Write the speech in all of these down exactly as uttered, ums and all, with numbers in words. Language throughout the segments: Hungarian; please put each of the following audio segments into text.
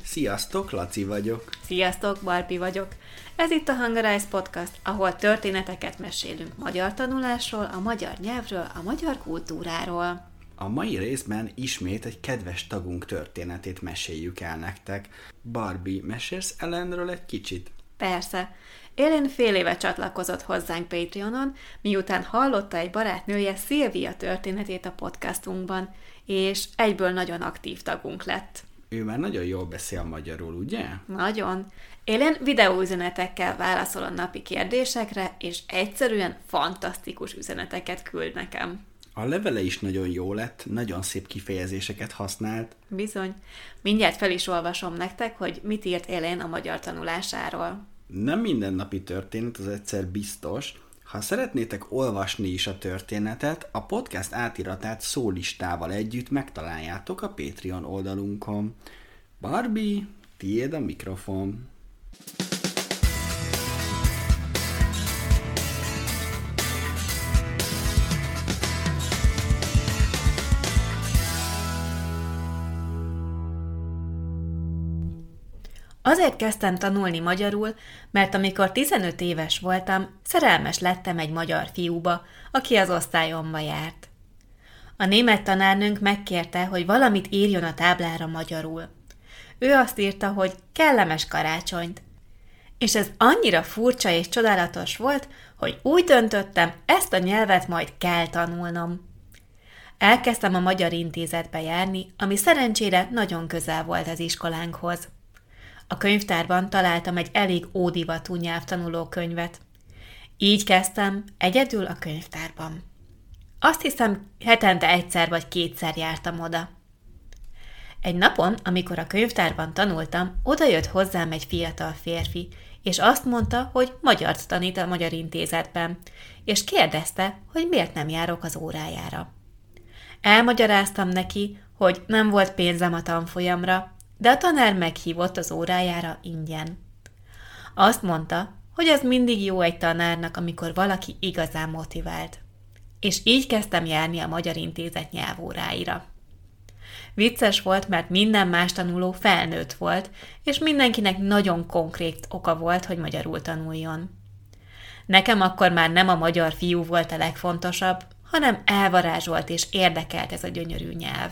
Sziasztok, Laci vagyok. Sziasztok, Barbi vagyok. Ez itt a Hungarize Podcast, ahol történeteket mesélünk magyar tanulásról, a magyar nyelvről, a magyar kultúráról. A mai részben ismét egy kedves tagunk történetét meséljük el nektek. Barbie, mesélsz Ellenről egy kicsit? Persze. Ellen fél éve csatlakozott hozzánk Patreonon, miután hallotta egy barátnője Szilvia történetét a podcastunkban, és egyből nagyon aktív tagunk lett. Ő már nagyon jól beszél magyarul, ugye? Nagyon. Ellen videóüzenetekkel válaszol a napi kérdésekre, és egyszerűen fantasztikus üzeneteket küld nekem. A levele is nagyon jó lett, nagyon szép kifejezéseket használt. Bizony. Mindjárt fel is olvasom nektek, hogy mit írt Ellen a magyar tanulásáról. Nem mindennapi történet, az egyszer biztos. Ha szeretnétek olvasni is a történetet, a podcast átiratát szólistával együtt megtaláljátok a Patreon oldalunkon. Barbie, tiéd a mikrofon. Azért kezdtem tanulni magyarul, mert amikor tizenöt éves voltam, szerelmes lettem egy magyar fiúba, aki az osztályomba járt. A német tanárnőnk megkérte, hogy valamit írjon a táblára magyarul. Ő azt írta, hogy kellemes karácsonyt. És ez annyira furcsa és csodálatos volt, hogy úgy döntöttem, ezt a nyelvet majd kell tanulnom. Elkezdtem a Magyar Intézetbe járni, ami szerencsére nagyon közel volt az iskolánkhoz. A könyvtárban találtam egy elég ódivatú nyelvtanuló könyvet. Így kezdtem egyedül a könyvtárban. Azt hiszem, hetente egyszer vagy kétszer jártam oda. Egy napon, amikor a könyvtárban tanultam, odajött hozzám egy fiatal férfi, és azt mondta, hogy magyart tanít a Magyar Intézetben, és kérdezte, hogy miért nem járok az órájára. Elmagyaráztam neki, hogy nem volt pénzem a tanfolyamra, de a tanár meghívott az órájára ingyen. Azt mondta, hogy ez mindig jó egy tanárnak, amikor valaki igazán motivált. És így kezdtem járni a Magyar Intézet nyelvóráira. Vicces volt, mert minden más tanuló felnőtt volt, és mindenkinek nagyon konkrét oka volt, hogy magyarul tanuljon. Nekem akkor már nem a magyar fiú volt a legfontosabb, hanem elvarázsolt és érdekelt ez a gyönyörű nyelv.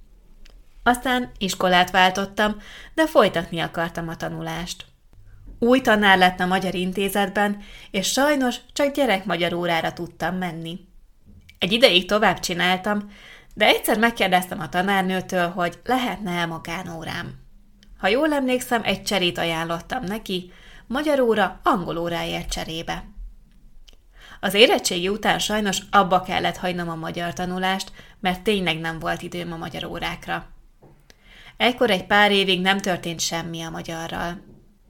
Aztán iskolát váltottam, de folytatni akartam a tanulást. Új tanár lett a Magyar Intézetben, és sajnos csak gyerekmagyar órára tudtam menni. Egy ideig tovább csináltam, de egyszer megkérdeztem a tanárnőtől, hogy lehetne-e magánórám. Ha jól emlékszem, egy cserét ajánlottam neki, magyar óra angol óráért cserébe. Az érettségi után sajnos abba kellett hagynom a magyar tanulást, mert tényleg nem volt időm a magyar órákra. Ekkor egy pár évig nem történt semmi a magyarral.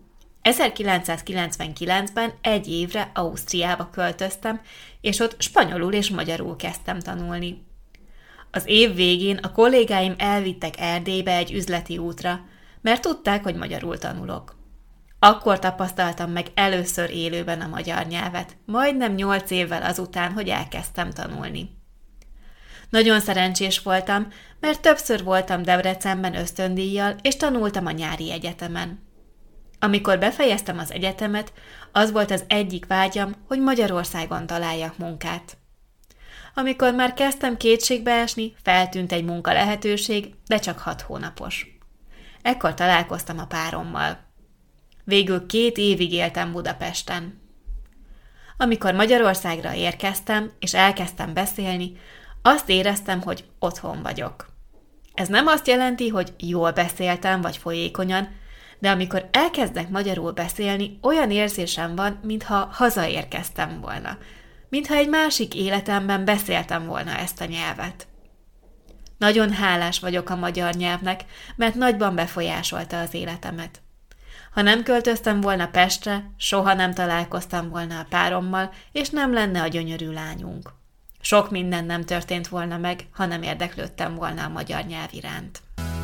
ezerkilencszázkilencvenkilencben egy évre Ausztriába költöztem, és ott spanyolul és magyarul kezdtem tanulni. Az év végén a kollégáim elvittek Erdélybe egy üzleti útra, mert tudták, hogy magyarul tanulok. Akkor tapasztaltam meg először élőben a magyar nyelvet, majdnem nyolc évvel azután, hogy elkezdtem tanulni. Nagyon szerencsés voltam, mert többször voltam Debrecenben ösztöndíjjal, és tanultam a nyári egyetemen. Amikor befejeztem az egyetemet, az volt az egyik vágyam, hogy Magyarországon találjak munkát. Amikor már kezdtem kétségbe esni, feltűnt egy munka lehetőség, de csak hat hónapos. Ekkor találkoztam a párommal. Végül két évig éltem Budapesten. Amikor Magyarországra érkeztem, és elkezdtem beszélni, azt éreztem, hogy otthon vagyok. Ez nem azt jelenti, hogy jól beszéltem, vagy folyékonyan, de amikor elkezdek magyarul beszélni, olyan érzésem van, mintha hazaérkeztem volna, mintha egy másik életemben beszéltem volna ezt a nyelvet. Nagyon hálás vagyok a magyar nyelvnek, mert nagyban befolyásolta az életemet. Ha nem költöztem volna Pestre, soha nem találkoztam volna a párommal, és nem lenne a gyönyörű lányunk. Sok minden nem történt volna meg, ha nem érdeklődtem volna a magyar nyelv iránt.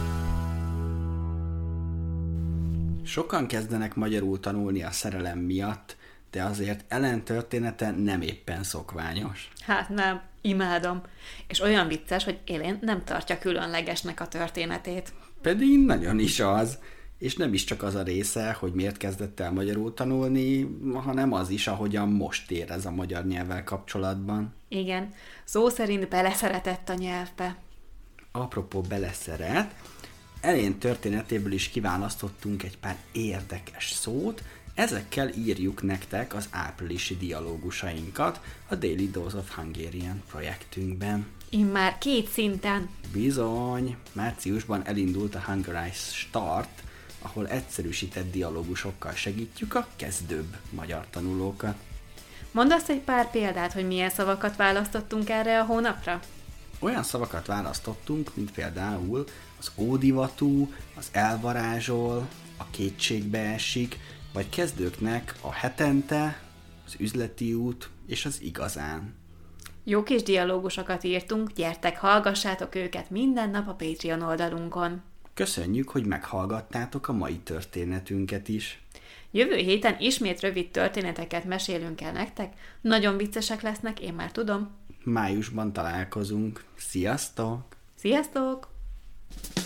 Sokan kezdenek magyarul tanulni a szerelem miatt, de azért Ellen története nem éppen szokványos. Hát nem, imádom. És olyan vicces, hogy Ellen nem tartja különlegesnek a történetét. Pedig nagyon is az. és nem is csak az a része, hogy miért kezdett el magyarul tanulni, hanem az is, ahogyan most érez a magyar nyelvvel kapcsolatban. Igen, szó szerint beleszeretett a nyelvbe. Apropó beleszeret, elején történetéből is kiválasztottunk egy pár érdekes szót, ezekkel írjuk nektek az áprilisi dialógusainkat a Daily Dose of Hungarian projektünkben. Immár két szinten. Bizony, márciusban elindult a Hungarize Start, ahol egyszerűsített dialógusokkal segítjük a kezdőbb magyar tanulókat. Mondasz egy pár példát, hogy milyen szavakat választottunk erre a hónapra? Olyan szavakat választottunk, mint például az ódivatú, az elvarázsol, a kétségbeesik, vagy kezdőknek a hetente, az üzleti út és az igazán. Jó kis dialógusokat írtunk, gyertek, hallgassátok őket minden nap a Patreon oldalunkon. Köszönjük, hogy meghallgattátok a mai történetünket is. Jövő héten ismét rövid történeteket mesélünk el nektek, nagyon viccesek lesznek, én már tudom. Májusban találkozunk. Sziasztok! Sziasztok!